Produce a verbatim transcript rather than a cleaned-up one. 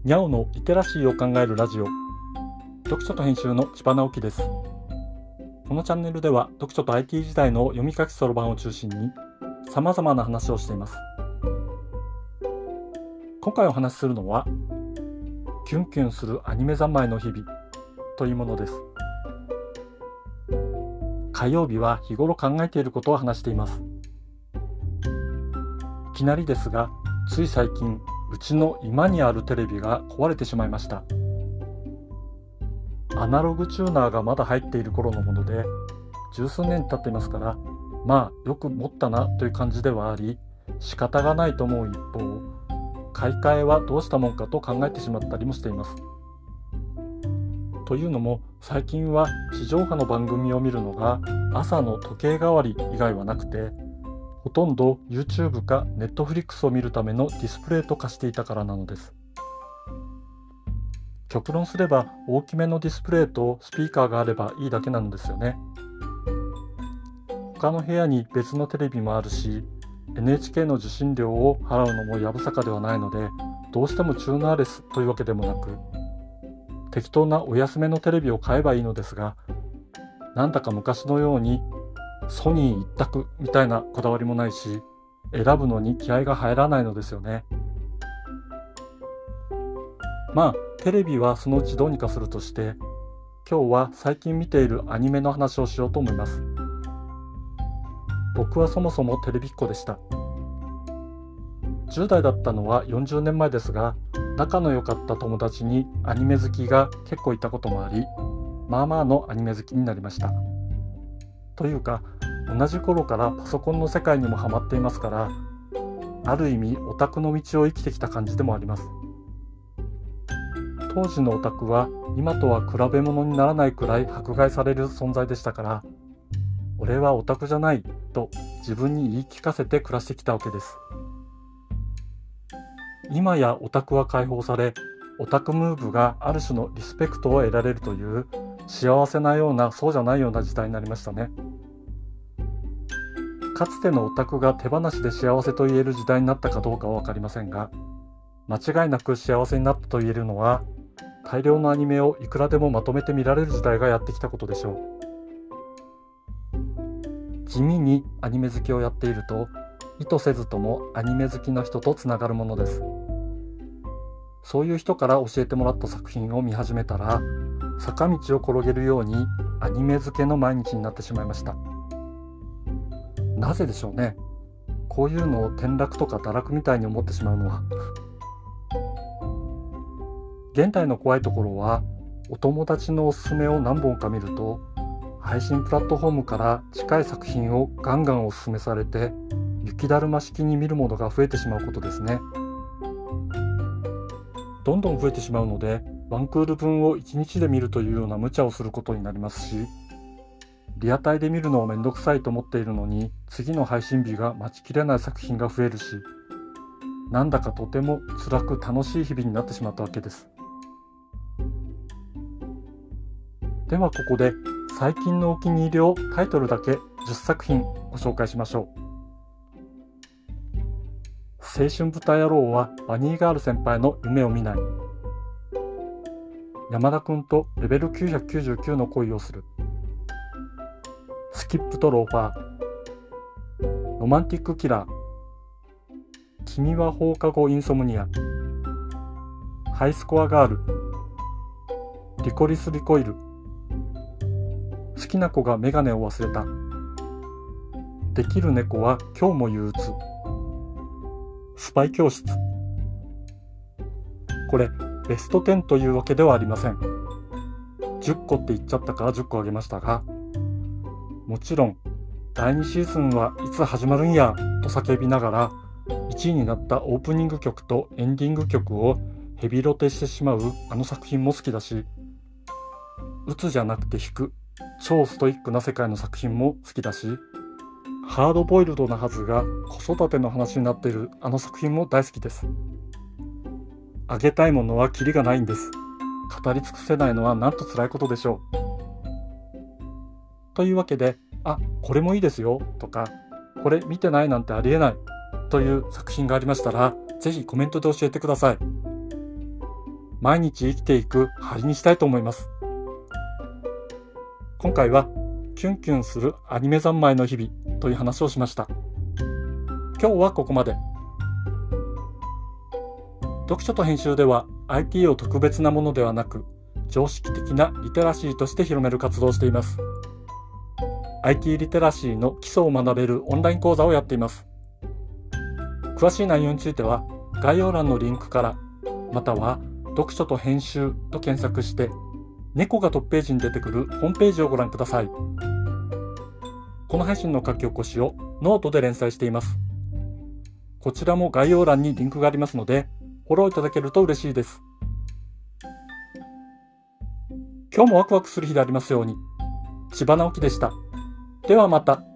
にゃおのリテラシーを考えるラジオ、読書と編集の千葉直樹です。このチャンネルでは読書と アイティー 時代の読み書きそろばんを中心に様々な話をしています。今回お話しするのはキュンキュンするアニメ三昧の日々というものです。火曜日は日頃考えていることを話しています。いきなりですが、つい最近うちの居間にあるテレビが壊れてしまいました。アナログチューナーがまだ入っている頃のもので、十数年経っていますから、まあよく持ったなという感じではあり、仕方がないと思う一方、買い替えはどうしたもんかと考えてしまったりもしています。というのも、最近は地上波の番組を見るのが朝の時計代わり以外はなくて、ほとんど YouTube か Netflix を見るためのディスプレイと化していたからなのです。極論すれば大きめのディスプレイとスピーカーがあればいいだけなのですよね。他の部屋に別のテレビもあるし、 エヌエイチケー の受信料を払うのもやぶさかではないので、どうしてもチューナーレスというわけでもなく、適当なお安めのテレビを買えばいいのですが、なんだか昔のようにソニー一択みたいなこだわりもないし、選ぶのに気合が入らないのですよね。まあテレビはそのうちどうにかするとして、今日は最近見ているアニメの話をしようと思います。僕はそもそもテレビっ子でした。じゅう代だったのはよんじゅうねんまえですが、仲の良かった友達にアニメ好きが結構いたこともあり、まあまあのアニメ好きになりました。というか、同じ頃からパソコンの世界にもハマっていますから、ある意味オタクの道を生きてきた感じでもあります。当時のオタクは今とは比べ物にならないくらい迫害される存在でしたから、俺はオタクじゃないと自分に言い聞かせて暮らしてきたわけです。今やオタクは解放され、オタクムーブがある種のリスペクトを得られるという幸せなようなそうじゃないような時代になりましたね。かつてのオタクが手放しで幸せと言える時代になったかどうかは分かりませんが、間違いなく幸せになったと言えるのは、大量のアニメをいくらでもまとめて見られる時代がやってきたことでしょう。地味にアニメ好きをやっていると、意図せずともアニメ好きの人とつながるものです。そういう人から教えてもらった作品を見始めたら、坂道を転げるようにアニメ漬けの毎日になってしまいました。なぜでしょうね。こういうのを転落とか堕落みたいに思ってしまうのは。現代の怖いところは、お友達のおすすめを何本か見ると、配信プラットフォームから近い作品をガンガンおすすめされて、雪だるま式に見るものが増えてしまうことですね。どんどん増えてしまうので、ワンクール分をいちにちで見るというような無茶をすることになりますし、リアタイで見るのをめんどくさいと思っているのに、次の配信日が待ちきれない作品が増えるし、なんだかとても辛く楽しい日々になってしまったわけです。ではここで最近のお気に入りをタイトルだけじゅっさくひんご紹介しましょう。青春豚野郎はバニーガール先輩の夢を見ない。山田くんとレベルきゅうひゃくきゅうじゅうきゅうの恋をする。スキップとローファー。ロマンティックキラー。君は放課後インソムニア。ハイスコアガール。リコリスリコイル。好きな子がメガネを忘れた。できる猫は今日も憂鬱。スパイ教室。これベストじゅうというわけではありません。じゅっこって言っちゃったからじゅっこあげましたが、もちろんだいにシーズンはいつ始まるんやと叫びながらいちいになったオープニング曲とエンディング曲をヘビロテしてしまうあの作品も好きだし、打つじゃなくて弾く超ストイックな世界の作品も好きだし、ハードボイルドなはずが子育ての話になっているあの作品も大好きです。あげたいものはキリがないんです。語り尽くせないのはなんと辛いことでしょう。というわけで、あ、これもいいですよとか、これ見てないなんてありえないという作品がありましたら、ぜひコメントで教えてください。 毎日生きていく針にしたいと思います。今回はキュンキュンするアニメ三昧の日々という話をしました。今日はここまで。読書と編集では アイティー を特別なものではなく、常識的なリテラシーとして広める活動をしています。アイティー リテラシーの基礎を学べるオンライン講座をやっています。詳しい内容については概要欄のリンクから、または読書と編集と検索して猫がトップページに出てくるホームページをご覧ください。この配信の書き起こしをノートで連載しています。こちらも概要欄にリンクがありますので、フォローいただけると嬉しいです。今日もワクワクする日でありますように。千葉直樹でした。ではまた。